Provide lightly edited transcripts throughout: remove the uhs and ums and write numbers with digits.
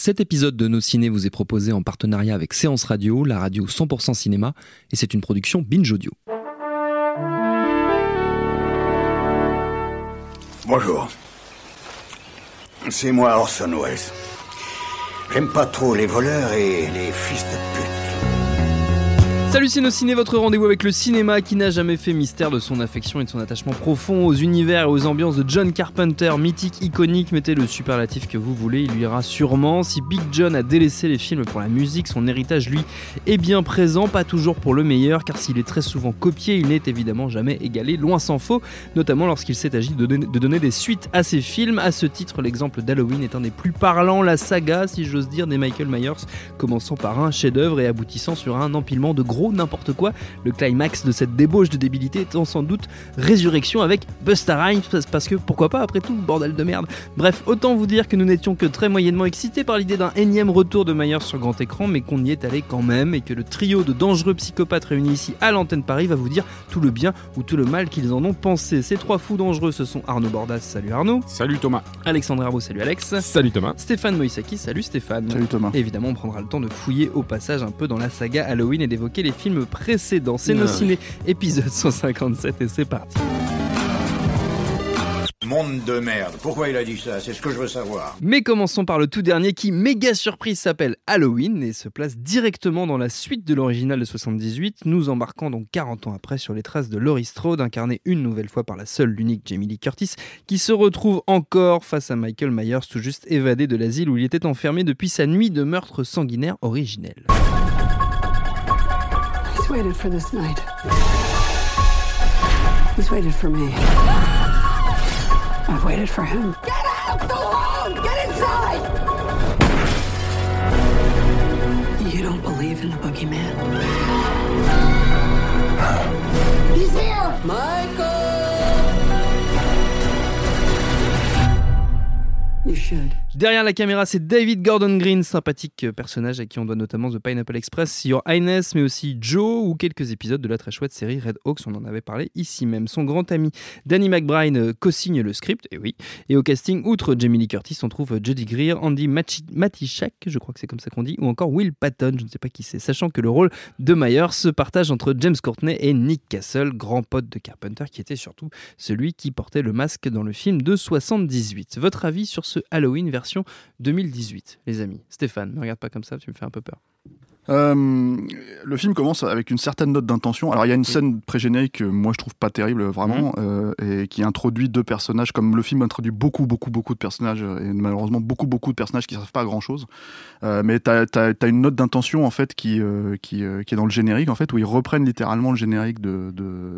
Cet épisode de Nos Ciné vous est proposé en partenariat avec Séance Radio, la radio 100% cinéma, et c'est une production Binge Audio. Bonjour. C'est moi Orson Welles. J'aime pas trop les voleurs et les fils de pute. Salut c'est Nos Ciné, votre rendez-vous avec le cinéma qui n'a jamais fait mystère de son affection et de son attachement profond aux univers et aux ambiances de John Carpenter, mythique, iconique, mettez le superlatif que vous voulez, il lui ira sûrement. Si Big John a délaissé les films pour la musique, son héritage lui est bien présent, pas toujours pour le meilleur, car s'il est très souvent copié, il n'est évidemment jamais égalé, loin s'en faut, notamment lorsqu'il s'est agi de donner des suites à ses films. À ce titre, l'exemple d'Halloween est un des plus parlants, la saga, si j'ose dire, des Michael Myers, commençant par un chef-d'œuvre et aboutissant sur un empilement de gros n'importe quoi, le climax de cette débauche de débilité étant sans doute Résurrection avec Busta Rhymes, parce que pourquoi pas après tout, bordel de merde. Bref, autant vous dire que nous n'étions que très moyennement excités par l'idée d'un énième retour de Myers sur grand écran, mais qu'on y est allé quand même, et que le trio de dangereux psychopathes réunis ici à l'antenne Paris va vous dire tout le bien ou tout le mal qu'ils en ont pensé. Ces trois fous dangereux, ce sont Arnaud Bordas, salut Arnaud. Salut Thomas. Alexandre Herbeau, salut Alex. Salut Thomas. Stéphane Moïsaki, salut Stéphane. Salut Thomas. Évidemment, on prendra le temps de fouiller au passage un peu dans la saga Halloween et d'évoquer les films précédents. C'est Nos Ciné, épisode 157, et c'est parti. Monde de merde. Pourquoi il a dit ça? C'est ce que je veux savoir. Mais commençons par le tout dernier qui, méga surprise, s'appelle Halloween et se place directement dans la suite de l'original de 78, nous embarquant donc 40 ans après sur les traces de Laurie Strode, incarnée une nouvelle fois par la seule, l'unique Jamie Lee Curtis, qui se retrouve encore face à Michael Myers, tout juste évadé de l'asile où il était enfermé depuis sa nuit de meurtre sanguinaire originelle. He's waited for this night. He's waited for me. I've waited for him. Get out! The room! Get inside! You don't believe in the boogeyman? He's here! Michael! You should. Derrière la caméra, c'est David Gordon Green, sympathique personnage à qui on doit notamment The Pineapple Express, Your Highness, mais aussi Joe ou quelques épisodes de la très chouette série Red Hawks, on en avait parlé ici même. Son grand ami Danny McBride co-signe le script, et oui. Et au casting, outre Jamie Lee Curtis, on trouve Jodie Greer, Andy Matichak, je crois que c'est comme ça qu'on dit, ou encore Will Patton, je ne sais pas qui c'est, sachant que le rôle de Myers se partage entre James Courtney et Nick Castle, grand pote de Carpenter, qui était surtout celui qui portait le masque dans le film de 78. Votre avis sur ce Halloween version 2018, les amis? Stéphane, me regarde pas comme ça, tu me fais un peu peur. Le film commence avec une certaine note d'intention. Alors il y a une scène pré-générique que moi je trouve pas terrible vraiment, et qui introduit deux personnages, comme le film introduit beaucoup de personnages, et malheureusement beaucoup de personnages qui servent pas à grand chose. Mais t'as une note d'intention en fait qui est dans le générique en fait, où ils reprennent littéralement le générique du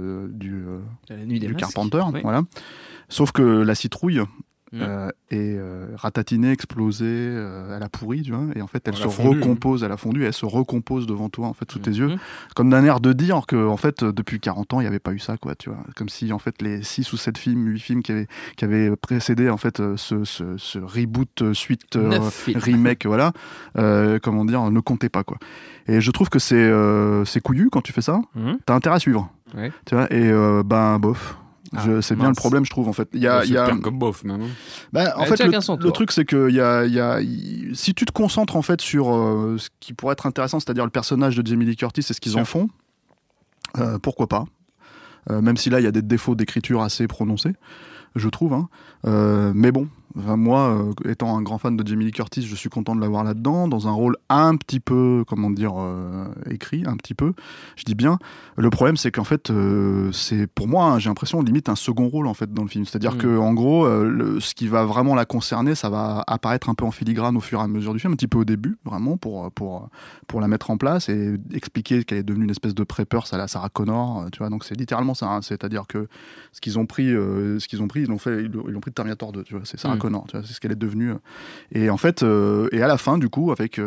Carpenter, oui. voilà. Sauf que la citrouille est ratatinée, explosée, elle a pourri, tu vois, et en fait elle a fondu, elle se recompose devant toi en fait sous tes yeux, comme d'un air de dire que en fait depuis 40 ans il n'y avait pas eu ça, quoi, tu vois, comme si en fait les 6 ou 7 films, 8 films qui avaient précédé en fait ce reboot suite remake, voilà, comment dire, ne comptaient pas, quoi. Et je trouve que c'est couillu quand tu fais ça, t'as intérêt à suivre, tu vois, et bof. C'est bien le problème, je trouve, en fait. C'est pire comme bof, même. En fait, le truc, c'est que si tu te concentres en fait sur ce qui pourrait être intéressant, c'est-à-dire le personnage de Jamie Lee Curtis et ce qu'ils en font, pourquoi pas. Même si là, il y a des défauts d'écriture assez prononcés, je trouve. Mais bon, moi, étant un grand fan de Jamie Lee Curtis, je suis content de l'avoir là-dedans, dans un rôle un petit peu, écrit, un petit peu, je dis bien. Le problème, c'est qu'en fait, c'est pour moi, j'ai l'impression, limite un second rôle en fait dans le film. C'est-à-dire que, en gros, ce qui va vraiment la concerner, ça va apparaître un peu en filigrane au fur et à mesure du film, un petit peu au début, vraiment, pour la mettre en place et expliquer qu'elle est devenue une espèce de prepper, ça, la Sarah Connor, tu vois. Donc c'est littéralement ça, hein. C'est-à-dire que ce qu'ils ont pris, ils l'ont pris de Terminator 2, tu vois. C'est Sarah Connor, tu vois, c'est ce qu'elle est devenue. Et en fait, et à la fin, du coup, avec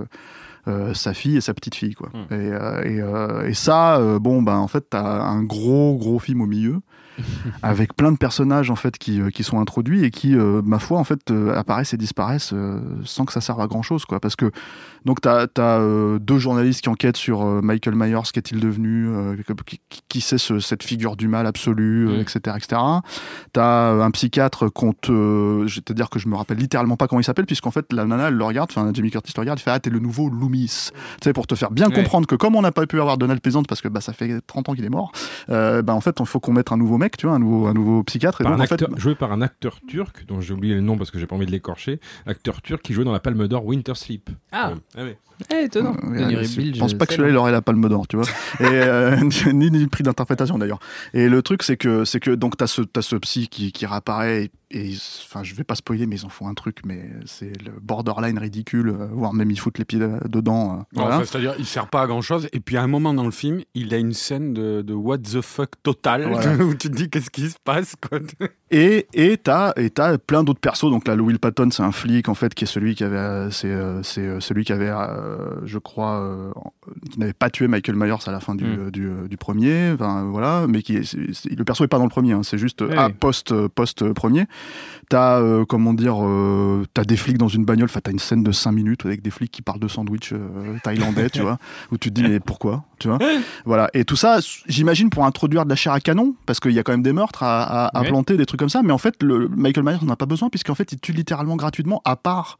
sa fille et sa petite fille, quoi. Et ça, en fait, t'as un gros film au milieu avec plein de personnages en fait qui sont introduits et qui, ma foi, en fait, apparaissent et disparaissent sans que ça serve à grand chose, quoi. Parce que donc t'as 2 journalistes qui enquêtent sur Michael Myers, qu'est-il devenu, qui c'est cette figure du mal absolu, etc., etc. T'as un psychiatre je vais te dire que je me rappelle littéralement pas comment il s'appelle, puisqu'en fait la nana elle le regarde, enfin Jamie Curtis le regarde, il fait ah t'es le nouveau Loomis, tu sais, pour te faire bien comprendre que comme on n'a pas pu avoir Donald Pleasance parce que ça fait 30 ans qu'il est mort, en fait il faut qu'on mette un nouveau mec, tu vois, un nouveau psychiatre, et donc, joué par un acteur turc dont j'ai oublié le nom parce que j'ai pas envie de l'écorcher, acteur turc qui jouait dans la Palme d'Or Winter Sleep. Étonnant. Je pense pas que celui-là il aurait la Palme d'Or, tu vois. Et ni le prix d'interprétation d'ailleurs. Et le truc c'est que donc t'as ce psy qui réapparaît et enfin je vais pas spoiler mais ils en font un truc, mais c'est le borderline ridicule, voire même ils foutent les pieds dedans. Voilà. Enfin, c'est-à-dire il sert pas à grand chose, et puis à un moment dans le film il a une scène de what the fuck total, voilà. Où tu te dis qu'est-ce qui se passe, quoi. Et t'as plein d'autres persos. Donc là, le Will Patton, c'est un flic en fait, qui est celui qui avait, celui qui avait, je crois, qui n'avait pas tué Michael Myers à la fin du premier. Enfin voilà, mais le perso est pas dans le premier. Hein, c'est juste post premier. T'as t'as des flics dans une bagnole. Enfin, t'as une scène de 5 minutes avec des flics qui parlent de sandwich thaïlandais, tu vois, où tu te dis mais pourquoi, tu vois. Voilà. Et tout ça, j'imagine pour introduire de la chair à canon, parce qu'il y a quand même des meurtres à planter, des trucs comme ça, mais en fait Michael Myers n'en a pas besoin, puisqu'en fait il tue littéralement gratuitement, à part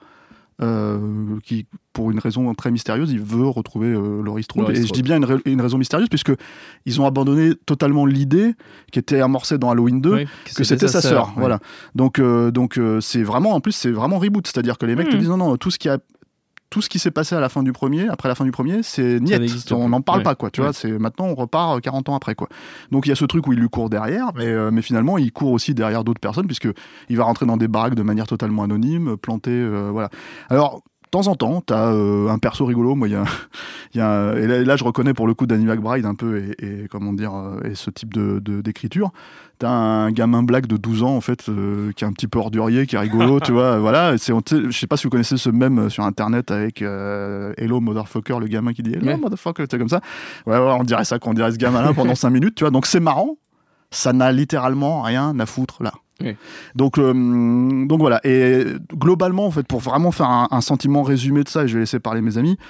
qui, pour une raison très mystérieuse, il veut retrouver Laurie Strode. Et je dis bien une raison mystérieuse, puisque ils ont abandonné totalement l'idée qui était amorcée dans Halloween 2, que c'était sa sœur. Ouais. Voilà. Donc c'est vraiment, en plus c'est vraiment reboot, c'est-à-dire que les mecs te disent non, tout ce qui s'est passé après la fin du premier, c'est niet, on n'en parle pas, quoi, tu vois, c'est maintenant on repart 40 ans après, quoi. Donc il y a ce truc où il lui court derrière, mais finalement il court aussi derrière d'autres personnes, puisque il va rentrer dans des baraques de manière totalement anonyme, planté, voilà. Alors de temps en temps, t'as un perso rigolo. Moi, et là, je reconnais pour le coup Danny McBride un peu et comment dire, et ce type d'écriture. T'as un gamin black de 12 ans en fait, qui est un petit peu ordurier, qui est rigolo, tu vois. Voilà. Je sais pas si vous connaissez ce mème sur internet avec Hello Motherfucker, le gamin qui dit Hello Motherfucker, c'est comme ça. Ouais, on dirait ça, qu'on dirait ce gamin-là pendant 5 minutes, tu vois. Donc c'est marrant. Ça n'a littéralement rien à foutre là. Oui. Donc voilà. Et globalement, en fait, pour vraiment faire un sentiment résumé de ça, et je vais laisser parler mes amis,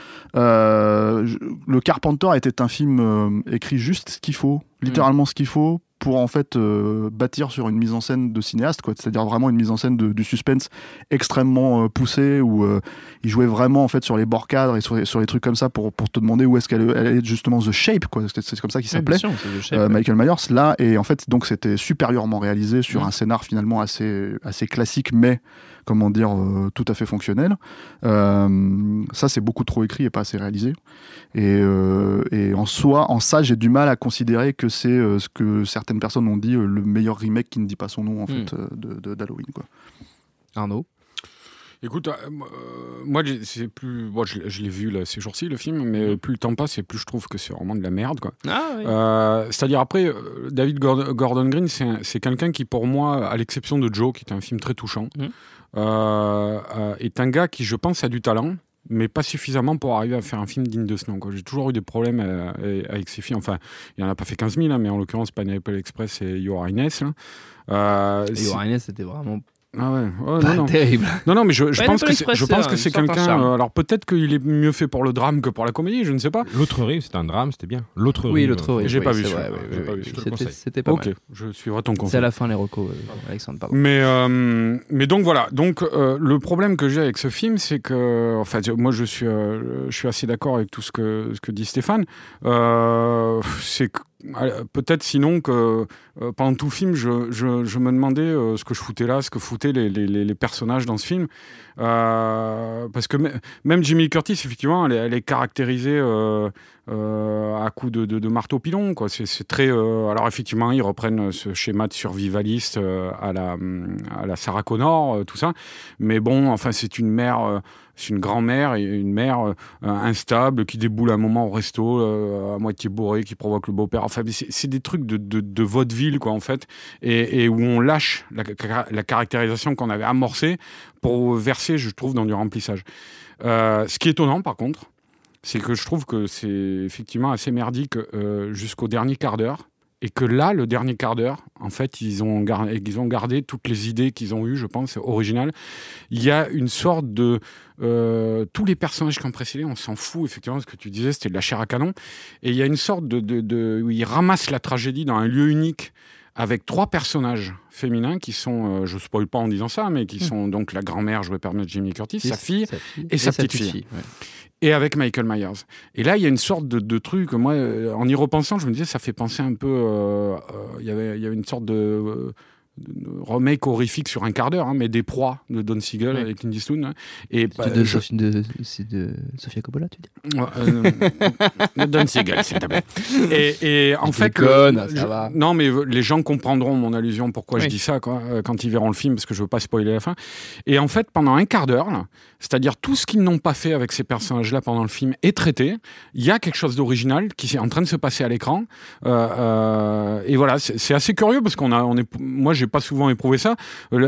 le Carpenter était un film écrit juste ce qu'il faut, littéralement ce qu'il faut, pour en fait bâtir sur une mise en scène de cinéaste, quoi. C'est-à-dire vraiment une mise en scène du suspense extrêmement poussée, où il jouait vraiment en fait sur les bords cadres et sur les trucs comme ça pour te demander où est-ce qu'elle est justement The Shape, quoi. C'est comme ça qu'il s'appelait, Michael Myers là, et en fait donc c'était supérieurement réalisé sur un scénar finalement assez classique, mais comment dire, tout à fait fonctionnel. Ça, c'est beaucoup trop écrit et pas assez réalisé. Et en ça, j'ai du mal à considérer que c'est ce que certaines personnes ont dit, le meilleur remake qui ne dit pas son nom, en fait, d'Halloween, quoi. Arnaud ? Écoute, moi, c'est plus... Bon, je l'ai vu là, ces jours-ci, le film, mais plus le temps passe et plus je trouve que c'est vraiment de la merde, quoi. Ah, oui. C'est-à-dire, après, David Gordon Green, c'est quelqu'un qui, pour moi, à l'exception de Joe, qui est un film très touchant, est un gars qui, je pense, a du talent, mais pas suffisamment pour arriver à faire un film digne de ce nom, quoi. J'ai toujours eu des problèmes avec ces films. Enfin, il n'en a pas fait 15 000, hein, mais en l'occurrence, Pineapple Express et Your Highness. Your Highness, c'était vraiment... Ah ouais, non. Terrible. Non, mais je pense que c'est quelqu'un. Alors peut-être qu'il est mieux fait pour le drame que pour la comédie, je ne sais pas. L'autre rive, c'est un drame, c'était bien. L'autre rive. J'ai pas vu ça. C'était pas mal. Je suivrai ton conseil. C'est à la fin les recos, Alexandre. Pardon. Mais donc voilà. Donc le problème que j'ai avec ce film, c'est que, enfin, moi je suis assez d'accord avec tout ce que dit Stéphane. C'est que peut-être sinon que pendant tout le film je me demandais ce que je foutais là, ce que foutaient les personnages dans ce film, parce que même Jamie Curtis effectivement elle est caractérisée à coups de marteau pilon, quoi. C'est très alors effectivement ils reprennent ce schéma de survivaliste à la Sarah Connor, tout ça, mais bon, enfin c'est une mère, c'est une grand-mère et une mère instable qui déboule à un moment au resto à moitié bourrée, qui provoque le beau-père. Enfin, c'est des trucs de vaudeville, quoi, en fait, et où on lâche la caractérisation qu'on avait amorcée pour verser, je trouve, dans du remplissage. Ce qui est étonnant, par contre, c'est que je trouve que c'est effectivement assez merdique jusqu'au dernier quart d'heure. Et que là, le dernier quart d'heure, en fait, ils ont gardé toutes les idées qu'ils ont eues, je pense, originales. Il y a une sorte de... tous les personnages qui ont précédé, on s'en fout, effectivement, ce que tu disais, c'était de la chair à canon. Et il y a une sorte où ils ramassent la tragédie dans un lieu unique avec 3 personnages féminins qui sont, je ne spoil pas en disant ça, mais qui sont donc la grand-mère jouée par Jamie Curtis, sa fille et sa petite-fille. Ouais. Et avec Michael Myers. Et là, il y a une sorte de truc, moi, en y repensant, je me disais, ça fait penser un peu... Il y avait une sorte de remake horrifique sur un quart d'heure, hein, mais des proies de Don Siegel avec Clint Eastwood. Hein. Et c'est de Sofia Coppola, tu dis Don Siegel, s'il te plaît. Et en fait... ça va. Non, mais les gens comprendront mon allusion, pourquoi je dis ça, quoi, quand ils verront le film, parce que je veux pas spoiler la fin. Et en fait, pendant un quart d'heure, là, c'est-à-dire tout ce qu'ils n'ont pas fait avec ces personnages-là pendant le film est traité. Il y a quelque chose d'original qui est en train de se passer à l'écran. Et voilà, c'est assez curieux, parce moi, j'ai pas souvent éprouvé ça.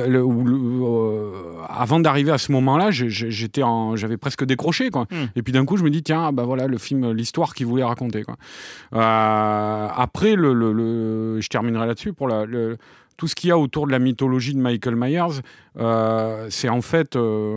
Avant d'arriver à ce moment-là, j'avais presque décroché, quoi. Et puis d'un coup, je me dis, tiens, bah voilà, le film, l'histoire qu'il voulait raconter, quoi. Après, je terminerai là-dessus pour tout ce qu'il y a autour de la mythologie de Michael Myers. C'est en fait,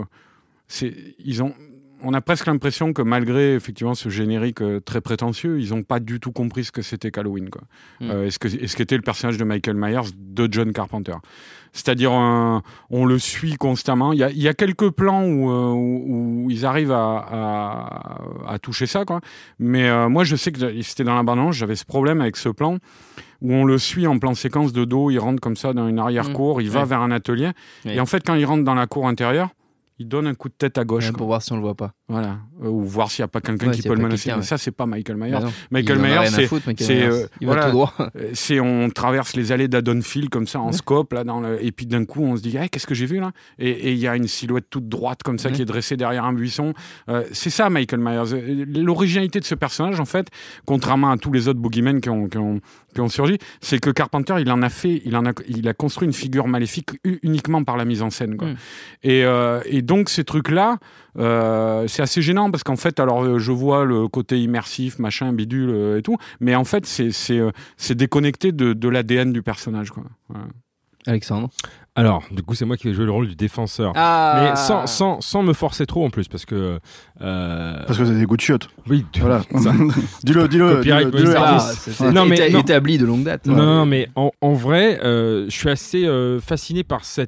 on a presque l'impression que malgré effectivement ce générique très prétentieux, ils n'ont pas du tout compris ce que c'était qu'Halloween, quoi. Et ce qu'était le personnage de Michael Myers de John Carpenter. C'est-à-dire, on le suit constamment. Il y a quelques plans où ils arrivent à toucher ça, quoi. Mais moi, je sais que c'était dans la bande-annonce, j'avais ce problème avec ce plan où on le suit en plan séquence de dos. Il rentre comme ça dans une arrière-cour, il va vers un atelier. Et en fait, quand il rentre dans la cour intérieure, il donne un coup de tête à gauche. Pour voir si on le voit pas. Voilà. Ou voir s'il n'y a pas quelqu'un qui peut le menacer. Mais ça, c'est pas Michael Myers. Bah Michael Myers, il va tout droit. On traverse les allées d'Haddonfield comme ça en scope, là, et puis d'un coup, on se dit, qu'est-ce que j'ai vu là ? Et il y a une silhouette toute droite comme ça qui est dressée derrière un buisson. C'est ça, Michael Myers. L'originalité de ce personnage, en fait, contrairement à tous les autres boogeymen qui ont surgi, c'est que Carpenter, il a construit une figure maléfique uniquement par la mise en scène, quoi. Et donc, ces trucs-là, c'est assez gênant parce qu'en fait, alors je vois le côté immersif, machin, bidule et tout, mais en fait, c'est déconnecté de l'ADN du personnage, quoi. Voilà. Alexandre. Alors, du coup, c'est moi qui vais jouer le rôle du défenseur. Mais sans me forcer trop en plus, parce que... Parce que vous avez des goûts de chiottes. Oui, voilà. dis-le. Non, mais établi de longue date. Non, mais en vrai, je suis assez fasciné par ce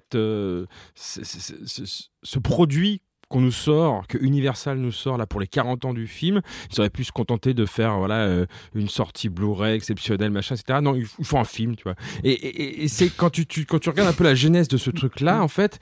produit qu'on nous sort, que Universal nous sort là pour les 40 ans du film. Ils auraient pu se contenter de faire une sortie Blu-ray exceptionnelle, machin, etc. Non, ils font un film, tu vois. Et c'est quand tu regardes un peu la genèse de ce truc-là, en fait,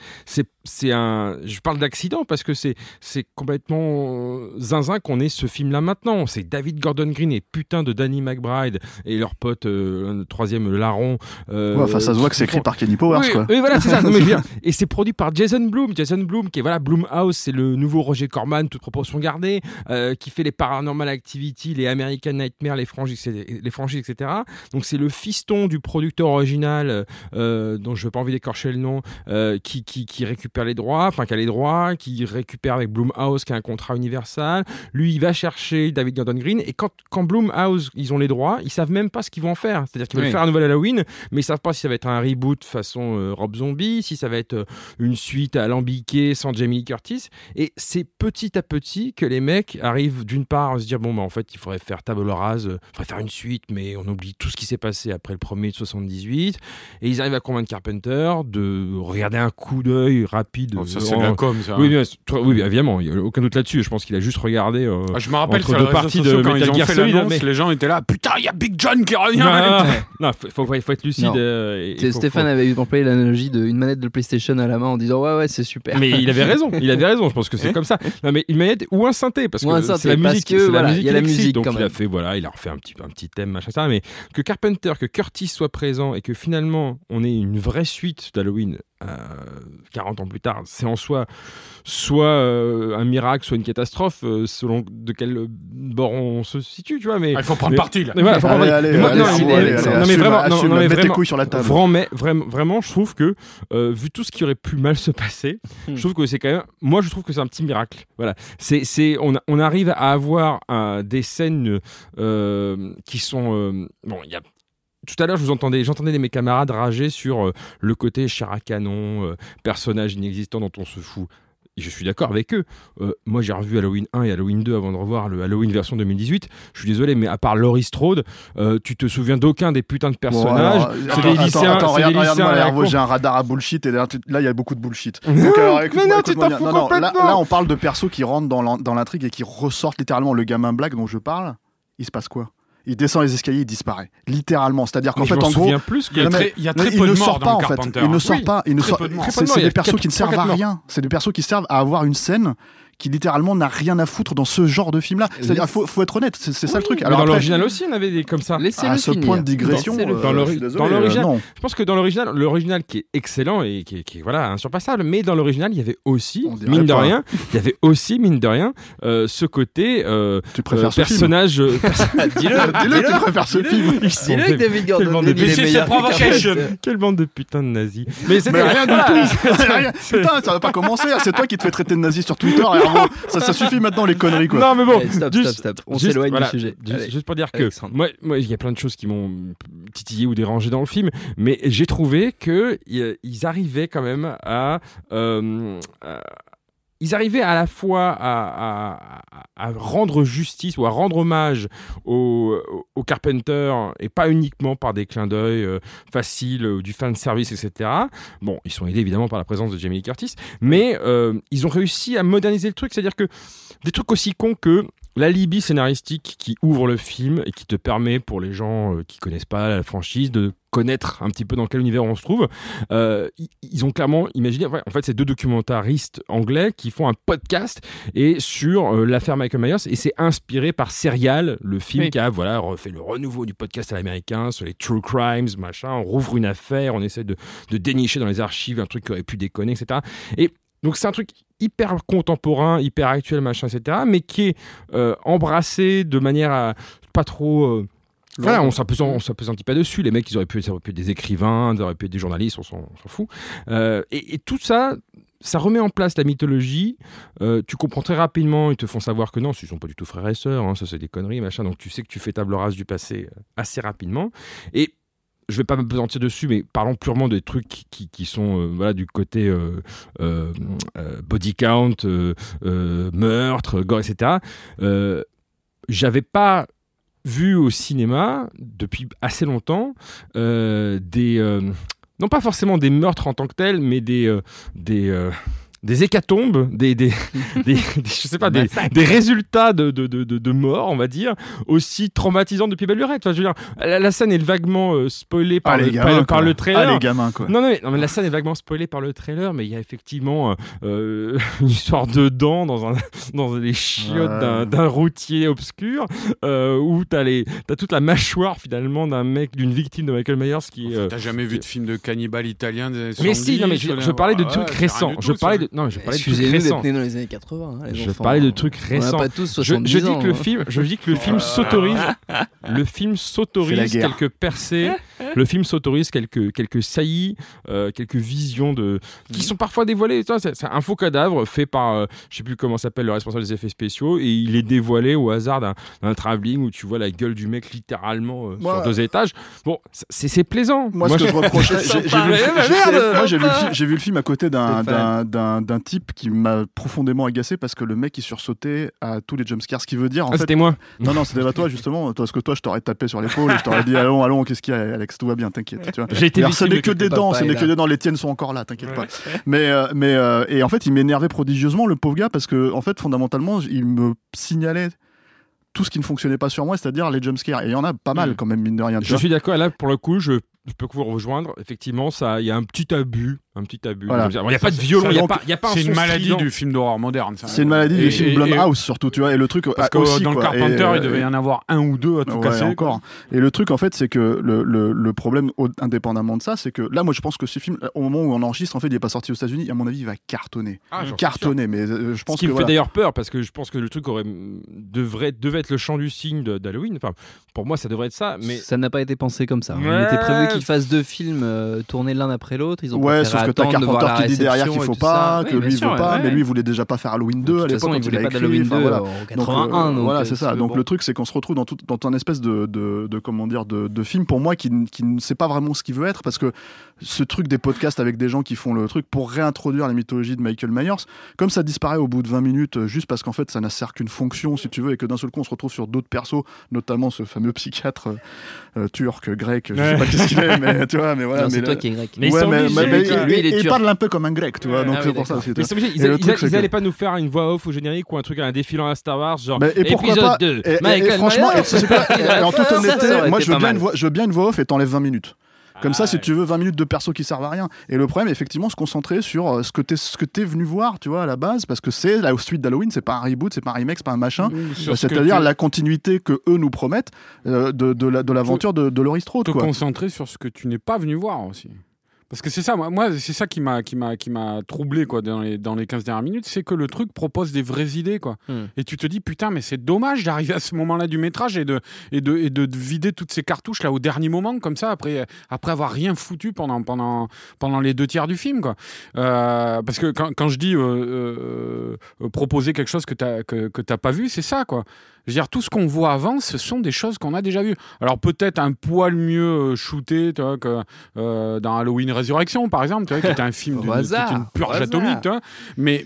je parle d'accident parce que c'est complètement zinzin qu'on ait ce film-là maintenant. C'est David Gordon Green et putain de Danny McBride et leur pote, le troisième, le larron. Ça se voit que c'est écrit par Kenny Powers, quoi. Oui, voilà, c'est ça. Non, mais bien. Et c'est produit par Jason Blum, qui est Blumhouse, c'est le nouveau Roger Corman, toute proportion gardée, qui fait les Paranormal Activity, les American Nightmare, les franchises, etc. Donc c'est le fiston du producteur original, dont je n'ai pas envie d'écorcher le nom, qui récupère les droits, qui a les droits, qui récupère avec Blumhouse, qui a un contrat Universal. Lui, il va chercher David Gordon Green, et quand Blumhouse, ils ont les droits, ils savent même pas ce qu'ils vont en faire. C'est-à-dire qu'ils veulent faire un nouvel Halloween, mais ils savent pas si ça va être un reboot façon Rob Zombie, si ça va être une suite alambiquée sans Jamie Lee Curtis. Et c'est petit à petit que les mecs arrivent d'une part à se dire en fait il faudrait faire table rase, il faudrait faire une suite, mais on oublie tout ce qui s'est passé après le premier de 78, et ils arrivent à convaincre Carpenter de regarder un coup d'œil rapide. Ça c'est de la com, ça. Oui, évidemment, il n'y a aucun doute là-dessus. Je pense qu'il a juste regardé je me rappelle entre deux parties de Metal Gear Solid, mais les gens étaient là, putain, il y a Big John qui revient. Non, faut être lucide. Stéphane avait employé l'analogie d'une manette de PlayStation à la main en disant ouais c'est super. Mais il avait raison. Je pense que c'est comme ça. Non, mais une manette ou un synthé, parce que c'est la musique. Il y a la musique. Donc il a fait, il a refait un petit thème, machin, ça. Mais que Carpenter, que Curtis soit présent et que finalement on ait une vraie suite d'Halloween 40 ans plus tard, c'est en soi soit un miracle, soit une catastrophe, selon de quel bord on se situe, tu vois. Mais il faut prendre parti là. Allez, mets tes couilles sur la table. Vraiment, je trouve que vu tout ce qui aurait pu mal se passer, je trouve que c'est quand même, moi je trouve que c'est un petit miracle. Voilà, on arrive à avoir des scènes qui sont il y a tout à l'heure, j'entendais mes camarades rager sur le côté chair à canon, personnage inexistant dont on se fout. Et je suis d'accord avec eux. Moi, j'ai revu Halloween 1 et Halloween 2 avant de revoir le Halloween version 2018. Je suis désolé, mais à part Laurie Strode, tu te souviens d'aucun des putains de personnages. C'est des lycéens. Regarde-moi, j'ai un radar à bullshit et là, il y a beaucoup de bullshit. Donc, mais non, tu t'en fous complètement. Là, on parle de persos qui rentrent dans l'intrigue et qui ressortent littéralement. Le gamin black dont je parle, il se passe quoi ? Il descend les escaliers, il disparaît. Littéralement. C'est-à-dire qu'en fait, en gros. Il y a très peu de morts dans le Carpenter. Il ne sort pas. C'est des persos qui ne servent à rien. C'est des persos qui servent à avoir une scène qui littéralement n'a rien à foutre dans ce genre de film-là. C'est-à-dire, faut être honnête, c'est ça le truc. Alors dans l'original aussi, on avait des comme ça. À ce point de digression, dans l'original, je pense que dans l'original qui est excellent et qui est voilà insurpassable, mais dans l'original, il y avait aussi mine de rien, ce côté tu préfères personnage. Dis-le, tu préfères ce film. Dis-le que David Gordon Green est meilleur. Quelle bande de putains de nazis. Mais c'était rien du tout. Putain, ça va pas commencer. C'est toi qui te fais traiter de nazi sur Twitter. Ça suffit maintenant les conneries quoi. Non mais bon, stop. On s'éloigne du sujet. Juste pour dire que moi il y a plein de choses qui m'ont titillé ou dérangé dans le film, mais j'ai trouvé que ils arrivaient quand même à la fois à rendre justice ou à rendre hommage au Carpenter et pas uniquement par des clins d'œil faciles, du fan service, etc. Bon, ils sont aidés évidemment par la présence de Jamie Lee Curtis, mais ils ont réussi à moderniser le truc, c'est-à-dire que des trucs aussi cons que l'alibi scénaristique qui ouvre le film et qui te permet, pour les gens qui connaissent pas la franchise, de connaître un petit peu dans quel univers on se trouve. Ils ont clairement imaginé, en fait, c'est deux documentaristes anglais qui font un podcast et sur l'affaire Michael Myers, et c'est inspiré par Serial, le film qui a refait le renouveau du podcast à l'américain sur les true crimes, machin. On rouvre une affaire, on essaie de dénicher dans les archives un truc qui aurait pu déconner, etc. Et donc c'est un truc hyper contemporain, hyper actuel, machin, etc., mais qui est embrassé de manière à pas trop... Voilà, on s'appesantit pas dessus. Les mecs, ils auraient pu être des écrivains, ils auraient pu être des journalistes, on s'en fout. Et tout ça, ça remet en place la mythologie. Tu comprends très rapidement, ils te font savoir que non, ils sont pas du tout frères et sœurs, hein, ça c'est des conneries, machin. Donc tu sais que tu fais table rase du passé assez rapidement. Et je vais pas m'apesantir dessus, mais parlons purement des trucs qui sont du côté body count, meurtre, gore, etc. J'avais pas vu au cinéma depuis assez longtemps non pas forcément des meurtres en tant que tels, mais des hécatombes, je sais pas, des résultats de mort, on va dire, aussi traumatisants depuis belle lurette. Enfin, je veux dire, la scène est vaguement spoilée par le trailer. Ah, les gamins, quoi. Non, mais la scène est vaguement spoilée par le trailer, mais il y a effectivement une histoire de dents dans les chiottes d'un routier obscur, où t'as toute la mâchoire, finalement, d'une victime de Michael Myers qui... T'as jamais vu de film de cannibale italien mais si, non, mais je parlais de trucs récents. Je parlais de Excusez-nous d'être né dans les années 80. Hein, je parlais de trucs récents. On n'a pas tous 70 ans. Je dis que le film s'autorise. Le film s'autorise quelques percées. Le film s'autorise quelques saillies, quelques visions qui sont parfois dévoilées. C'est un faux cadavre fait par, je sais plus comment s'appelle le responsable des effets spéciaux, et il est dévoilé au hasard d'un travelling où tu vois la gueule du mec littéralement sur 2 étages. Bon, c'est plaisant. Moi, ce que je reprochais, j'ai vu le film à côté d'un type qui m'a profondément agacé parce que le mec il sursautait à tous les jumpscares, ce qui veut dire en fait... C'était moi. Non, c'était pas toi justement, parce que toi je t'aurais tapé sur l'épaule et je t'aurais dit allons, qu'est-ce qu'il y a Alex, tout va bien, t'inquiète, tu vois. J'ai été ce n'est que des dents, les tiennes sont encore là, t'inquiète pas. Mais et en fait il m'énervait prodigieusement le pauvre gars, parce que en fait fondamentalement il me signalait tout ce qui ne fonctionnait pas sur moi, c'est-à-dire les jumpscares, et il y en a pas mal quand même, mine de rien. Je suis d'accord, là pour le coup je peux vous rejoindre. Effectivement, il y a un petit abus. Voilà. Il n'y a pas de violon, il n'y a pas un c'est son une maladie strident. du film d'horreur moderne. Ça. C'est une maladie du film Blumhouse surtout, tu vois. Et le truc parce que aussi, dans le Carpenter, il devait y en avoir un ou deux à tout casser. Encore. Et le truc, en fait, c'est que le problème, indépendamment de ça, c'est que là, moi, je pense que ce film, au moment où on enregistre, en fait, il n'est pas sorti aux États-Unis. À mon avis, il va cartonner. Mais je pense ce qui me fait d'ailleurs peur, parce que je pense que le truc devait être le chant du cygne d'Halloween. Enfin, pour moi, ça devrait être ça. Mais ça n'a pas été pensé comme ça. Il était prévu qu'ils fassent 2 films tournés l'un après l'autre. Ils ont sauf que t'as Carpenter qui dit derrière qu'il faut pas, que lui veut pas, mais lui il voulait déjà pas faire Halloween 2 à l'époque. Il voulait pas d'Halloween 2 en 81. Voilà, c'est ça. Donc le truc, c'est qu'on se retrouve dans un espèce de film pour moi qui ne sait pas vraiment ce qu'il veut être, parce que ce truc des podcasts avec des gens qui font le truc pour réintroduire la mythologie de Michael Myers, comme ça disparaît au bout de 20 minutes, juste parce qu'en fait ça n'a sert qu'une fonction, si tu veux, et que d'un seul coup on se retrouve sur d'autres persos, notamment ce fameux psychiatre turc, grec, je sais pas qu'est-ce qu'il est, mais tu vois, mais voilà. Non, c'est toi qui es grec. Mais il parle un peu comme un grec, tu vois, donc c'est pour ça. Ils allaient pas nous faire une voix off au générique ou un truc, un défilant à Star Wars, genre épisode 2. Franchement, en toute honnêteté, moi je veux bien une voix off et t'enlèves 20 minutes. Comme ça, si tu veux, 20 minutes de perso qui servent à rien. Et le problème, effectivement, se concentrer sur ce que t'es venu voir, tu vois, à la base, parce que c'est la suite d'Halloween, c'est pas un reboot, c'est pas un remake, c'est pas un machin. C'est-à-dire la continuité que eux nous promettent de l'aventure de Laurie Strode. Te concentrer sur ce que tu n'es pas venu voir aussi. Parce que c'est ça, moi c'est ça qui m'a troublé quoi dans les 15 dernières minutes, c'est que le truc propose des vraies idées quoi. Et tu te dis putain mais c'est dommage d'arriver à ce moment-là du métrage et de vider toutes ces cartouches là au dernier moment comme ça après avoir rien foutu pendant les 2 tiers du film quoi. Parce que quand je dis proposer quelque chose que t'as pas vu, c'est ça quoi. Je veux dire, tout ce qu'on voit avant, ce sont des choses qu'on a déjà vues. Alors peut-être un poil mieux shooté, tu vois, que dans Halloween Résurrection, par exemple, tu vois, qui était un film d'une purge atomique, tu vois. Mais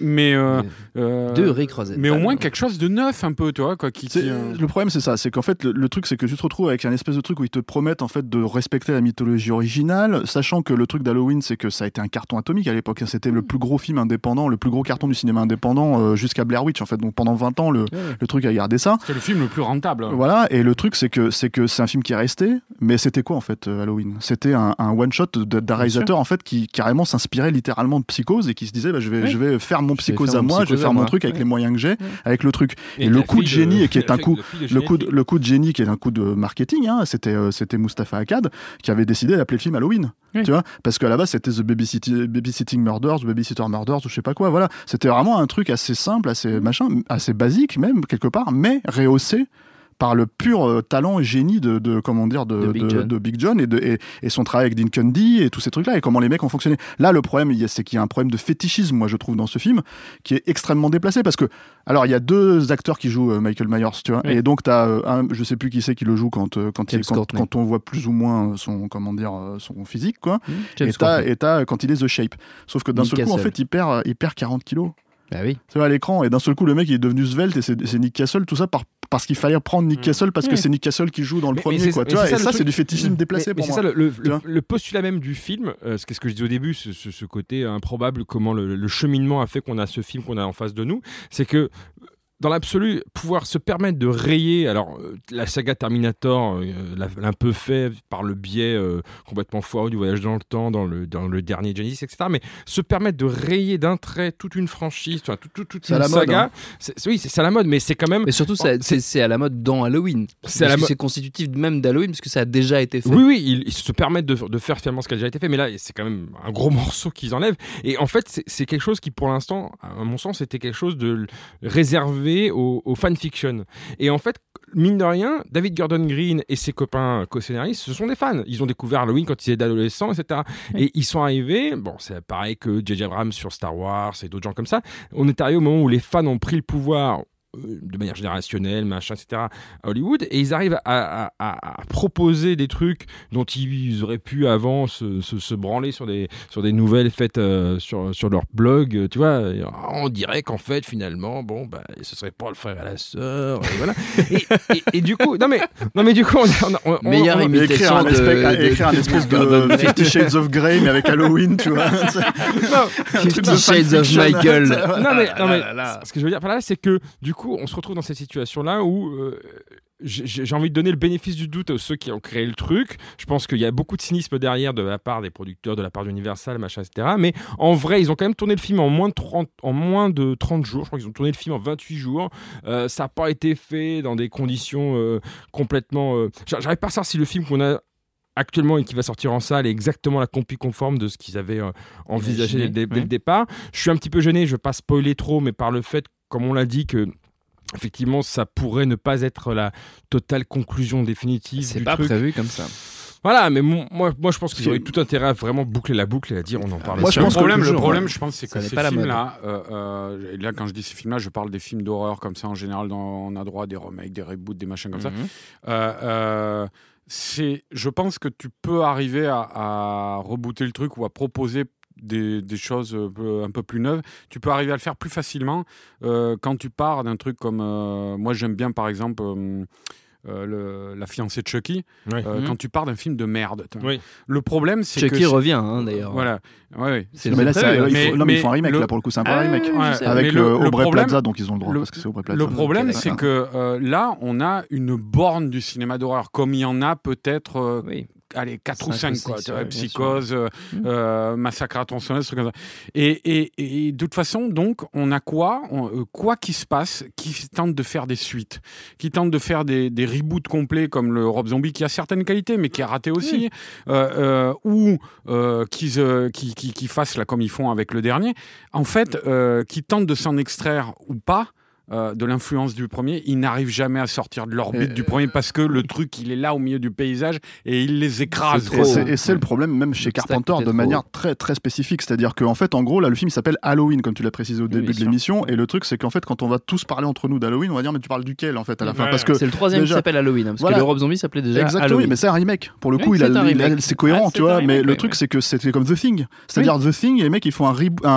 de Rick Rosenthal. Mais au moins quelque chose de neuf, un peu, tu vois, quoi. Le problème, c'est ça, c'est qu'en fait, le truc, c'est que tu te retrouves avec un espèce de truc où ils te promettent en fait de respecter la mythologie originale, sachant que le truc d'Halloween, c'est que ça a été un carton atomique à l'époque. C'était le plus gros film indépendant, le plus gros carton du cinéma indépendant jusqu'à Blair Witch, en fait. Donc pendant 20 ans, le truc a gardé ça. C'est le film le plus rentable. Voilà, et le truc, c'est que c'est un film qui est resté, mais c'était quoi en fait Halloween ? C'était un one-shot d'un réalisateur en fait qui carrément s'inspirait littéralement de Psychose et qui se disait je vais faire mon Psychose à moi, je vais faire mon truc avec les moyens que j'ai, avec le truc. Et le coup de génie qui est un coup, le coup de génie qui est un coup de marketing, hein, c'était Mustapha Akkad qui avait décidé d'appeler le film Halloween. Oui. Tu vois, parce qu'à la base c'était The Babysitting Murders, The Babysitter Murders ou je sais pas quoi, voilà, c'était vraiment un truc assez simple, assez basique même quelque part, mais rehaussé par le pur talent et génie de Big John et son travail avec Dean Cundey et tous ces trucs-là et comment les mecs ont fonctionné. Là, le problème, c'est qu'il y a un problème de fétichisme, moi, je trouve, dans ce film, qui est extrêmement déplacé parce que, alors, il y a 2 acteurs qui jouent Michael Myers, tu vois, et donc t'as je sais plus qui c'est qui le joue quand on voit plus ou moins son physique, quoi. Et t'as quand il est The Shape. Sauf que d'un seul coup, en fait, il perd 40 kilos. Bah oui. C'est à l'écran et d'un seul coup le mec il est devenu svelte et c'est Nick Castle, tout ça parce qu'il fallait prendre Nick Castle parce que c'est Nick Castle qui joue dans le premier quoi, tu vois, et ça c'est du fétichisme déplacé pour moi. C'est ça le postulat même du film, c'est ce que je disais au début, ce côté improbable, comment le cheminement a fait qu'on a ce film qu'on a en face de nous, c'est que dans l'absolu, pouvoir se permettre de rayer, alors la saga Terminator l'a un peu fait par le biais complètement foireux du voyage dans le temps, dans le dernier Genesis, etc. Mais se permettre de rayer d'un trait toute une franchise, toute une saga, hein. C'est à la mode, mais c'est quand même... Mais surtout, c'est à la mode dans Halloween. C'est constitutif même d'Halloween, parce que ça a déjà été fait. Oui, ils se permettent de faire finalement ce qui a déjà été fait, mais là, c'est quand même un gros morceau qu'ils enlèvent. Et en fait, c'est quelque chose qui, pour l'instant, à mon sens, était quelque chose de réservé au fanfiction. Et en fait, mine de rien, David Gordon Green et ses copains co-scénaristes, ce sont des fans. Ils ont découvert Halloween quand ils étaient adolescents, etc. Oui. Et ils sont arrivés, bon, c'est pareil que J.J. Abrams sur Star Wars et d'autres gens comme ça. On est arrivé au moment où les fans ont pris le pouvoir de manière générationnelle, machin, etc. à Hollywood, et ils arrivent à proposer des trucs dont ils auraient pu avant se branler sur des nouvelles faites sur leur blog, tu vois. On dirait qu'en fait, finalement, bon, bah, ce serait pas le frère et la sœur, et voilà. et du coup, non mais du coup, on meilleure imitation écrire un espèce de 50 Shades of Grey, mais avec Halloween, tu vois. 50 Shades of Michael. Non mais ce que je veux dire par là, c'est que du coup, on se retrouve dans cette situation-là où j'ai envie de donner le bénéfice du doute à ceux qui ont créé le truc. Je pense qu'il y a beaucoup de cynisme derrière de la part des producteurs, de la part d'Universal, machin, etc. Mais en vrai, ils ont quand même tourné le film en moins de 30 jours. Je crois qu'ils ont tourné le film en 28 jours. Ça n'a pas été fait dans des conditions complètement... J'arrive pas à savoir si le film qu'on a actuellement et qui va sortir en salle est exactement la copie conforme de ce qu'ils avaient envisagé dès le départ. Je suis un petit peu gêné, je ne veux pas spoiler trop, mais par le fait, comme on l'a dit, que effectivement, ça pourrait ne pas être la totale conclusion définitive. C'est du pas truc. prévu comme ça. Voilà, mais moi je pense qu'ils auraient tout intérêt à vraiment boucler la boucle et à dire on en parle. Moi, je pense le problème, je pense, c'est que ces pas la mode. films-là, et là, quand je dis ces films-là, je parle des films d'horreur comme ça. En général, on a droit à des remakes, des reboots, des machins comme ça. Je pense que tu peux arriver à rebooter le truc ou à proposer des choses un peu plus neuves. Tu peux arriver à le faire plus facilement quand tu pars d'un truc comme... moi, j'aime bien, par exemple... La fiancée de Chucky, quand tu pars d'un film de merde. Le problème, c'est Chucky revient, d'ailleurs. Voilà. Ouais. Mais là, ils font un remake, là, pour le coup, c'est un peu un remake. Avec Aubrey Plaza, donc ils ont le droit, parce que c'est Aubrey Plaza. Le problème, c'est que là, on a une borne du cinéma d'horreur, comme il y en a peut-être... Allez, 4 ou 5, quoi. Psychose, Massacre à tronçonneuse, trucs comme ça. Et de toute façon, donc, on a quoi qu'il se passe, qui tente de faire des suites, qui tente de faire des reboots complets comme le Rob Zombie, qui a certaines qualités, mais qui a raté aussi, ou qui fassent là comme ils font avec le dernier, en fait, qui tentent de s'en extraire ou pas de l'influence du premier, ils n'arrivent jamais à sortir de l'orbite du premier parce que le truc, il est là au milieu du paysage et il les écrase. Et c'est le problème même chez Carpenter de manière très, très spécifique. C'est-à-dire qu'en fait, en gros, là, le film il s'appelle Halloween, comme tu l'as précisé au début de l'émission. Et le truc, c'est qu'en fait, quand on va tous parler entre nous d'Halloween, on va dire, mais tu parles duquel en fait à la fin, parce que c'est le troisième qui s'appelle Halloween, parce que le Rob Zombie s'appelait déjà Halloween. Mais c'est un remake. Pour le coup, c'est cohérent, tu vois. Mais le truc, c'est que c'était comme The Thing. C'est-à-dire The Thing, et les mecs, ils font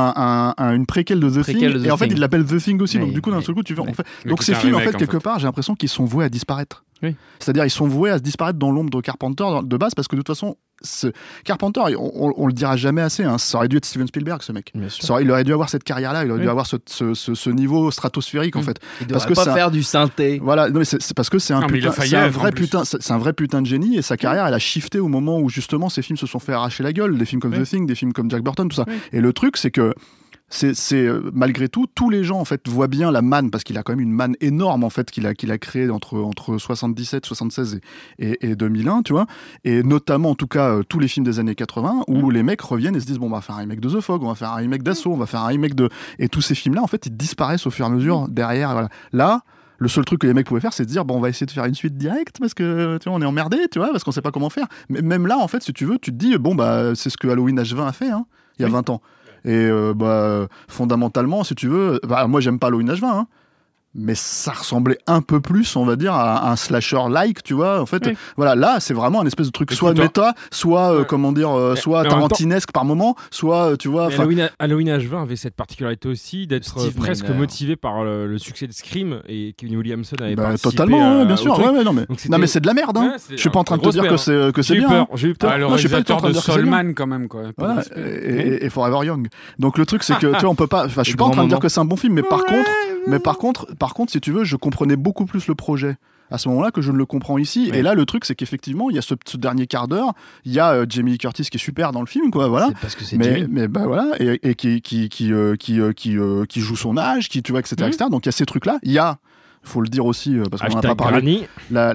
une préquelle de The Thing, et en fait, ils l'appellent The Thing aussi. Donc du coup, d'un seul coup, tu veux en fait. Donc ces films, en fait, quelque part, j'ai l'impression qu'ils sont voués à disparaître. C'est-à-dire, ils sont voués à se disparaître dans l'ombre de Carpenter de base, parce que de toute façon, Carpenter, on le dira jamais assez, ça aurait dû être Steven Spielberg, ce mec. Il aurait dû avoir cette carrière-là, il aurait dû avoir ce niveau stratosphérique, en fait. Il devrait pas faire du synthé. Voilà, non, mais c'est parce que c'est un vrai putain de génie, et sa carrière, elle a shifté au moment où, justement, ces films se sont fait arracher la gueule, des films comme The Thing, des films comme Jack Burton, tout ça. Et le truc, c'est que c'est malgré tout, tous les gens en fait voient bien la manne, parce qu'il a quand même une manne énorme en fait qu'il a créée entre 77, 76 et 2001, tu vois, et notamment en tout cas tous les films des années 80 où les mecs reviennent et se disent bon, on va faire un remake de The Fog, on va faire un remake d'Assaut, on va faire un remake de... Et tous ces films là en fait ils disparaissent au fur et à mesure derrière, voilà. Là le seul truc que les mecs pouvaient faire, c'est de dire bon, on va essayer de faire une suite directe parce que tu vois, on est emmerdé, tu vois, parce qu'on sait pas comment faire. Mais même là en fait, si tu veux, tu te dis bon, bah c'est ce que Halloween H20 a fait il y a 20 ans. Et fondamentalement, si tu veux, moi j'aime pas Halloween H20, mais ça ressemblait un peu plus, on va dire, à un slasher-like, tu vois. En fait, voilà, là, c'est vraiment un espèce de truc soit méta, soit, soit tarantinesque par moment, soit, tu vois... Halloween H20 avait cette particularité aussi d'être presque motivé par le succès de Scream, et Kevin Williamson avait participé totalement, bien sûr. Non, mais c'est de la merde, je suis pas en train de te dire que c'est bien. J'ai eu peur. Le réalisateur de Soulman, quand même, quoi. Voilà, et Forever Young. Donc le truc, c'est que, tu vois, on peut pas... Je suis pas en train de dire que c'est un bon film, mais par contre, si tu veux, je comprenais beaucoup plus le projet à ce moment-là que je ne le comprends ici. Et là, le truc, c'est qu'effectivement, il y a ce dernier quart d'heure, il y a Jamie Lee Curtis qui est super dans le film, quoi, voilà. C'est parce que c'est Jamie. Mais voilà, et qui joue son âge, qui, tu vois, etc., etc. Donc il y a ces trucs-là. Il y a, faut le dire aussi, parce qu'on en a pas parlé.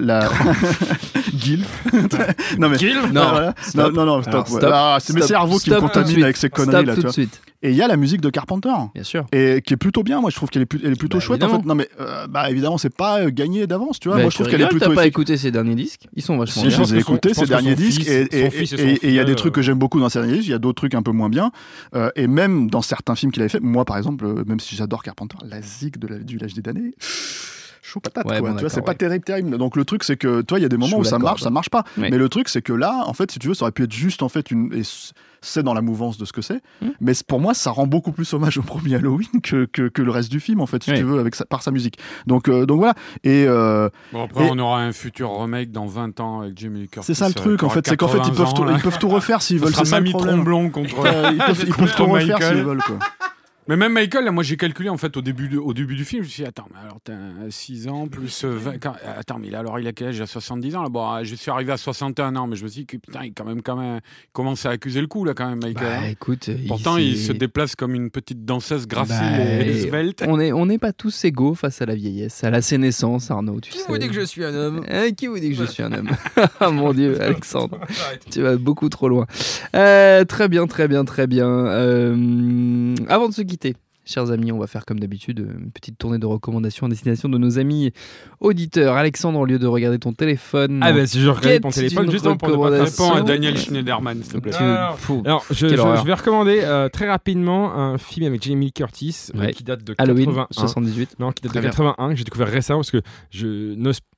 Gilf. Non, mais. Gilf ? Non, stop. C'est mes cerveaux qui me contaminent avec ces conneries là, tu vois. Et il y a la musique de Carpenter. Bien sûr. Et qui est plutôt bien, moi je trouve qu'elle est plutôt chouette en fait. Non mais évidemment, c'est pas gagné d'avance, tu vois. Moi je trouve qu'elle est plutôt. T'as pas écouté ses derniers disques ? Ils sont vachement bien. Je les ai écoutés, ses derniers disques, et il y a des trucs que j'aime beaucoup dans ses derniers disques, il y a d'autres trucs un peu moins bien. Et même dans certains films qu'il avait fait, moi par exemple, même si j'adore Carpenter, la zig du L'Âge des damnés. Chaud patate, quoi. Tu vois, c'est pas terrible. Donc le truc, c'est que, toi, il y a des moments où ça marche pas. Mais le truc, c'est que là, en fait, si tu veux, ça aurait pu être juste, en fait, et c'est dans la mouvance de ce que c'est. Mais pour moi, ça rend beaucoup plus hommage au premier Halloween que le reste du film, en fait, si tu veux, par sa musique. Donc voilà. Et bon, après, on aura un futur remake dans 20 ans avec Jamie Lee Curtis. C'est ça le truc, en fait, c'est qu'en fait, ils peuvent tout refaire s'ils veulent. C'est ça le problème. Tromblon contre. Ils peuvent tout refaire s'ils veulent, quoi. Mais même Michael, là, moi j'ai calculé en fait au début du film, je me suis dit, attends, mais alors t'as 6 ans plus 20. Attends, mais alors il a quel âge ? Il a 70 ans là. Bon, je suis arrivé à 61 ans, mais je me suis dit que putain, il commence à accuser le coup là quand même, Michael. Écoute, pourtant, il se déplace comme une petite danseuse gracile et svelte. On n'est pas tous égaux face à la vieillesse, à la sénécance, Arnaud. Qui vous dit que je suis un homme ? Qui vous dit que je suis un homme ? Ah mon Dieu, Alexandre, tu vas beaucoup trop loin. Très bien. Avant de se quitter, chers amis, on va faire comme d'habitude une petite tournée de recommandations à destination de nos amis auditeurs. Alexandre, au lieu de regarder ton téléphone, si je regardais ton téléphone justement pour ne pas Réponds à Daniel Schneiderman, s'il te plaît. Alors, je vais recommander très rapidement un film avec Jamie Lee Curtis qui date de Halloween 81. 78. Non, qui date de 81, que j'ai découvert récemment parce que je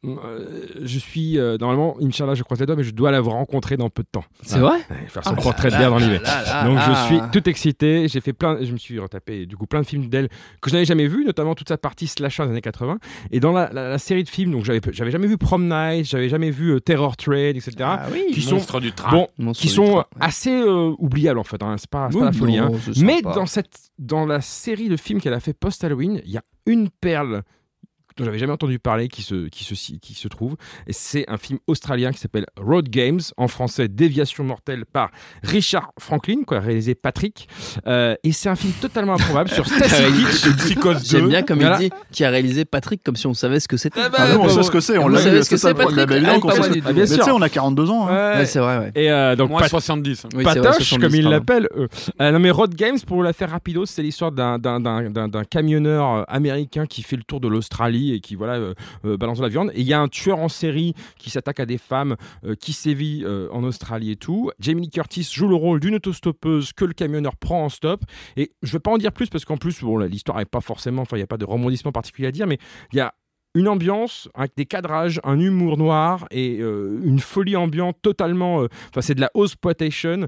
suis normalement, Inch'Allah, je croise les doigts, mais je dois l'avoir rencontré dans peu de temps. C'est vrai ? Faire son portrait de guerre dans l'hiver. Donc je suis tout excité. Je me suis retapé du coup plein de films d'elle que je n'avais jamais vu, notamment toute sa partie slasher des années 80. Et dans la série de films, donc j'avais jamais vu Prom Night, j'avais jamais vu Terror Train, etc. Qui sont du train. Assez oubliables en fait. Hein. C'est pas la folie. Hein. Mais dans la série de films qu'elle a fait post-Halloween, il y a une perle dont j'avais jamais entendu parler qui se trouve, et c'est un film australien qui s'appelle Road Games, en français Déviation mortelle, par Richard Franklin, réalisé Patrick, et c'est un film totalement improbable sur Stacy Keach. J'aime bien comme il dit qui a réalisé Patrick, comme si on savait ce que c'était. On sait ce que c'est, on l'a vu, c'est ça. Mais tu sais, on a 42 ans. Ouais, c'est vrai. Et donc moi 70. Patoche, comme il l'appelle. Non mais Road Games, pour la faire rapido, c'est l'histoire d'un camionneur américain qui fait le tour de l'Australie et qui balance de la viande, et il y a un tueur en série qui s'attaque à des femmes qui sévit en Australie et tout. Jamie Lee Curtis joue le rôle d'une autostoppeuse que le camionneur prend en stop, et je vais pas en dire plus parce qu'en plus l'histoire est pas forcément, il y a pas de rebondissement particulier à dire, mais il y a une ambiance avec des cadrages, un humour noir et une folie ambiante totalement. C'est de la exploitation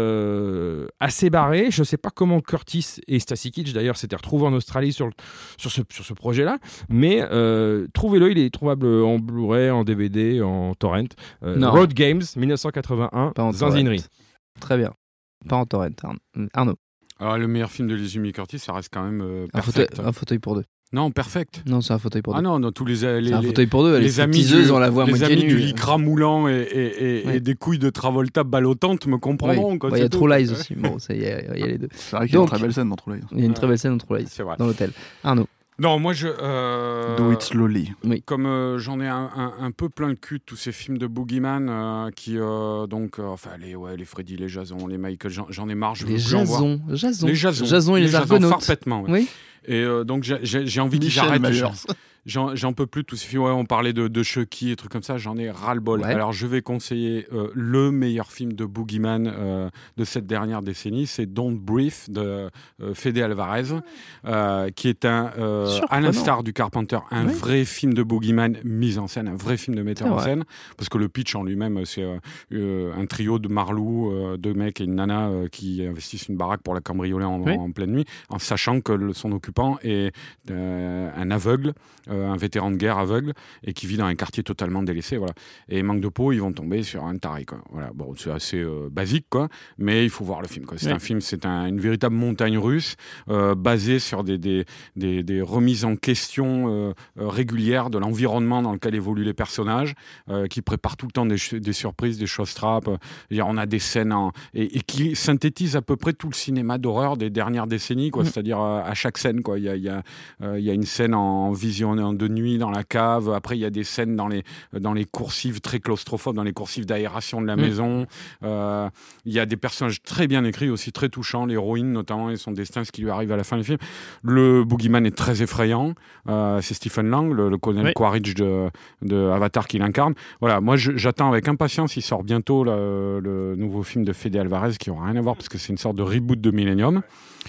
assez barrée. Je sais pas comment Curtis et Stacy Keach d'ailleurs s'étaient retrouvés en Australie sur ce projet-là, mais trouvez-le, il est trouvable en Blu-ray, en DVD, en torrent. Road Games 1981, Zinzinerie. Très bien. Pas en torrent, Arnaud. Alors, le meilleur film de Jamie Curtis, ça reste quand même Perfect. Un fauteuil pour deux. Non, Perfect. Non, c'est un fauteuil pour deux. Ah non, tous les un fauteuil pour deux. Les amis on la voit les amis du lycra moulant et des couilles de Travolta ballottantes me comprendront. Il y a True Lies aussi. Bon, ça y est, il y a les deux. C'est vrai qu'il y a une très belle scène dans True Lies. Il y a une très belle scène dans True Lies. C'est vrai. Dans l'hôtel. Arnaud. Non, moi Do It Slowly. Oui. Comme j'en ai un peu plein le cul de tous ces films de Boogeyman qui les Freddy, les Jason, les Michael, j'en ai marre. Les Jason et les Argonautes. Parfaitement. Ouais. Oui. Et donc j'ai envie qu'ils arrêtent. J'en peux plus de tous ces films. On parlait de Chucky et trucs comme ça. J'en ai ras-le-bol. Ouais. Alors je vais conseiller le meilleur film de Boogeyman de cette dernière décennie. C'est Don't Breathe de Fede Alvarez, qui est à l'instar du Carpenter, un vrai film de Boogeyman mis en scène, un vrai film de metteur en scène. Parce que le pitch en lui-même, c'est un trio de marlous, deux mecs et une nana qui investissent une baraque pour la cambrioler en pleine nuit, en sachant que son occupant est un aveugle. Un vétéran de guerre aveugle et qui vit dans un quartier totalement délaissé, voilà. Et manque de peau, ils vont tomber sur un taré, quoi. Voilà. Bon, c'est assez basique, quoi, mais il faut voir le film, quoi. C'est un film, c'est une véritable montagne russe basée sur des remises en question régulières de l'environnement dans lequel évoluent les personnages, qui préparent tout le temps des surprises, des choses trappes. On a des scènes et qui synthétisent à peu près tout le cinéma d'horreur des dernières décennies, quoi. C'est-à-dire à chaque scène, quoi. Il y a une scène en vision de nuit dans la cave. Après, il y a des scènes dans les coursives très claustrophobes, dans les coursives d'aération de la maison. Il y a des personnages très bien écrits, aussi très touchants. L'héroïne, notamment, et son destin, ce qui lui arrive à la fin du film. Le Boogeyman est très effrayant. C'est Stephen Lang, le colonel Quaritch de Avatar qui l'incarne. Voilà, moi, j'attends avec impatience. Il sort bientôt le nouveau film de Fede Alvarez qui n'aura rien à voir parce que c'est une sorte de reboot de Millennium.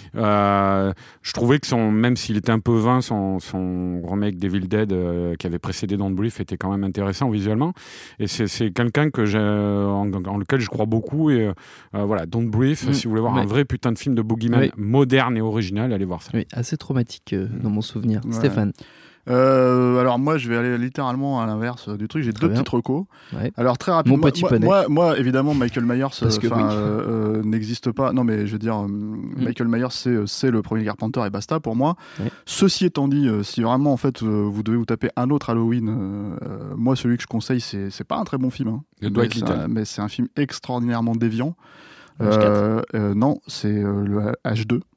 Je trouvais que même s'il était un peu vain, son remake d'Evil Dead qui avait précédé Don't Breathe était quand même intéressant visuellement, et c'est quelqu'un en lequel je crois beaucoup, et voilà, Don't Breathe, si vous voulez voir un vrai putain de film de Boogeyman moderne et original, allez voir ça. Oui, assez traumatique dans mon souvenir. Stéphane. Alors moi je vais aller littéralement à l'inverse du truc. J'ai deux petites recos. Alors très rapidement, mon petit poney. Moi évidemment Michael Myers n'existe pas. Non mais je veux dire Michael Myers c'est le premier Carpenter et basta pour moi. Ceci étant dit, si vraiment en fait vous devez vous taper un autre Halloween, moi celui que je conseille c'est pas un très bon film, hein. Mais c'est un film extraordinairement déviant. Non, c'est le H2.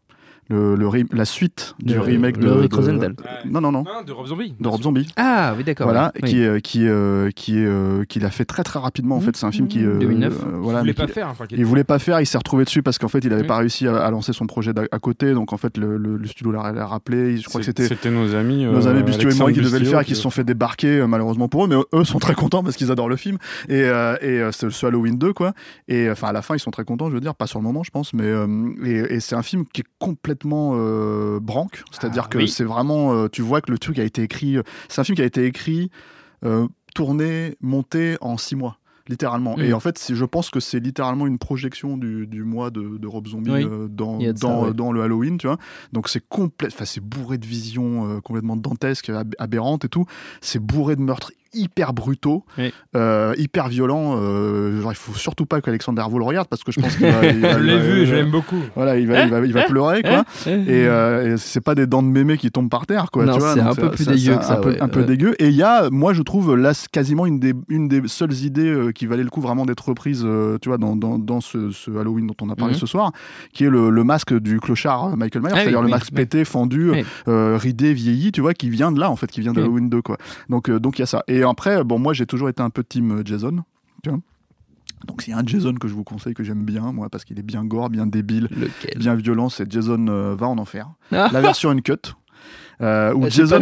la suite du remake de Rick Rosenthal. Non, de Rob Zombie. De Rob Zombie. Ah oui, d'accord. Voilà, oui. qui l'a fait très très rapidement en fait. C'est un film qui 2009. voilà, Il voulait pas faire. il voulait pas faire, il s'est retrouvé dessus parce qu'en fait il avait pas réussi à lancer son projet à côté, donc en fait le studio l'a rappelé. Je crois que c'était nos amis Bustio et moi qui devaient le faire, qui se sont sont fait débarquer malheureusement pour eux, mais eux sont très contents parce qu'ils adorent le film et c'est ce Halloween 2 quoi. Et enfin à la fin ils sont très contents, je veux dire, pas sur le moment je pense, mais et c'est un film qui est complètement branque, c'est-à-dire que c'est vraiment tu vois que le truc a été écrit, c'est un film qui a été écrit, tourné, monté en 6 mois. Littéralement. Et en fait, je pense que c'est littéralement une projection du mois de Rob Zombie dans le Halloween, tu vois. Donc c'est c'est bourré de visions complètement dantesques, aberrantes et tout. C'est bourré de meurtres hyper brutaux, hyper violents. Genre, il faut surtout pas qu'Alexandre Herveau le regarde parce que je pense qu'il va je l'ai vu, je l'aime beaucoup. Voilà, il va pleurer, quoi. Et c'est pas des dents de mémé qui tombent par terre, quoi. Non, tu vois, c'est un peu plus dégueu que ça. Un peu dégueu. Et il y a, moi, je trouve, là, quasiment une des seules idées qui valait le coup vraiment d'être reprise, tu vois, dans ce Halloween dont on a parlé ce soir, qui est le masque du clochard Michael Myers, c'est-à-dire le masque pété, fendu, ridé, vieilli, tu vois, qui vient de là, en fait, qui vient d'Halloween 2, quoi. Donc il y a ça. Et après, bon, moi j'ai toujours été un peu team Jason, tu vois. Donc s'il y a un Jason que je vous conseille, que j'aime bien, moi, parce qu'il est bien gore, bien débile, bien violent, c'est Jason va en enfer. La version uncut. Où Jason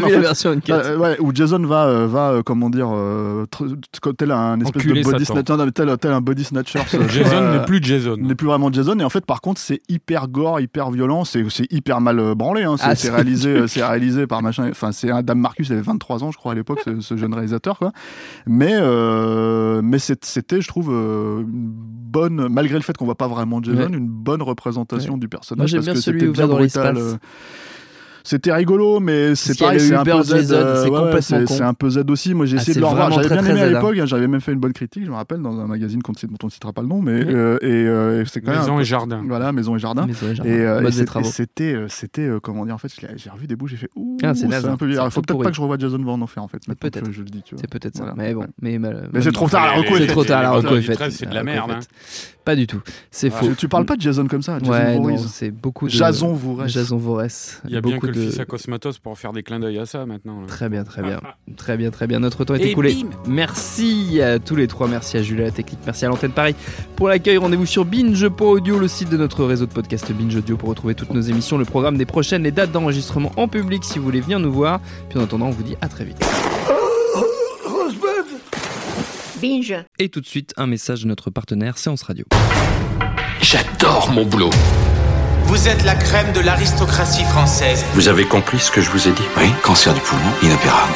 va comment dire tel un espèce de body snatcher, tel un body snatcher. Jason n'est plus Jason. N'est plus vraiment Jason, et en fait par contre c'est hyper gore, hyper violent, c'est hyper mal branlé, hein. C'est réalisé par machin, enfin c'est Adam Marcus, il avait 23 ans je crois à l'époque, ce jeune réalisateur, quoi. Mais c'était je trouve une bonne, malgré le fait qu'on voit pas vraiment Jason, une bonne représentation du personnage. Moi j'aime bien celui où va dans l'espace. C'était rigolo, mais c'est pareil, c'est un peu Z. C'est un peu Z aussi. Moi, j'ai essayé de le revoir. J'avais bien aimé à l'époque. J'avais même fait une bonne critique, je me rappelle, dans un magazine dont on ne citera pas le nom, mais c'est quand même Maison et Jardin. Voilà, Maison et Jardin. Et c'était comment dire, en fait, j'ai revu des bouts, j'ai fait c'est un peu bizarre. Il faut peut-être pas que je revoie Jason va en enfer, en fait. Peut-être. Je le dis, tu vois. C'est peut-être ça. Mais bon, mais c'est trop tard. La reco est faite. C'est trop tard. La reco est faite. C'est de la merde. Pas du tout. C'est faux. Tu parles pas de Jason comme ça. C'est beaucoup de Jason Voorhees. Jason Voorhees. Il y a bien que le fils à Cosmatos pour faire des clins d'œil à ça maintenant. Très bien. Notre temps est écoulé. Merci à tous les trois. Merci à Jules à la technique. Merci à l'antenne Paris pour l'accueil. Rendez-vous sur binge.audio, le site de notre réseau de podcast Binge Audio, pour retrouver toutes nos émissions, le programme des prochaines, les dates d'enregistrement en public si vous voulez venir nous voir. Puis en attendant, on vous dit à très vite. Binge. Et tout de suite, un message de notre partenaire Séance Radio. J'adore mon boulot. Vous êtes la crème de l'aristocratie française. Vous avez compris ce que je vous ai dit? Oui, cancer du poumon, inopérable.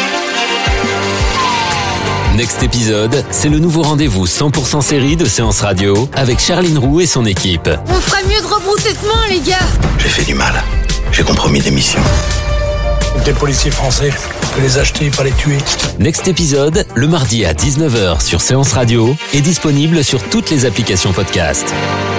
Next épisode, c'est le nouveau rendez-vous 100% série de Séance Radio avec Charline Roux et son équipe. On ferait mieux de rebrousser de main, les gars. J'ai fait du mal. J'ai compromis des missions. Des policiers français, on peut les acheter, pas les tuer. Next épisode, le mardi à 19h sur Séance Radio, est disponible sur toutes les applications podcast.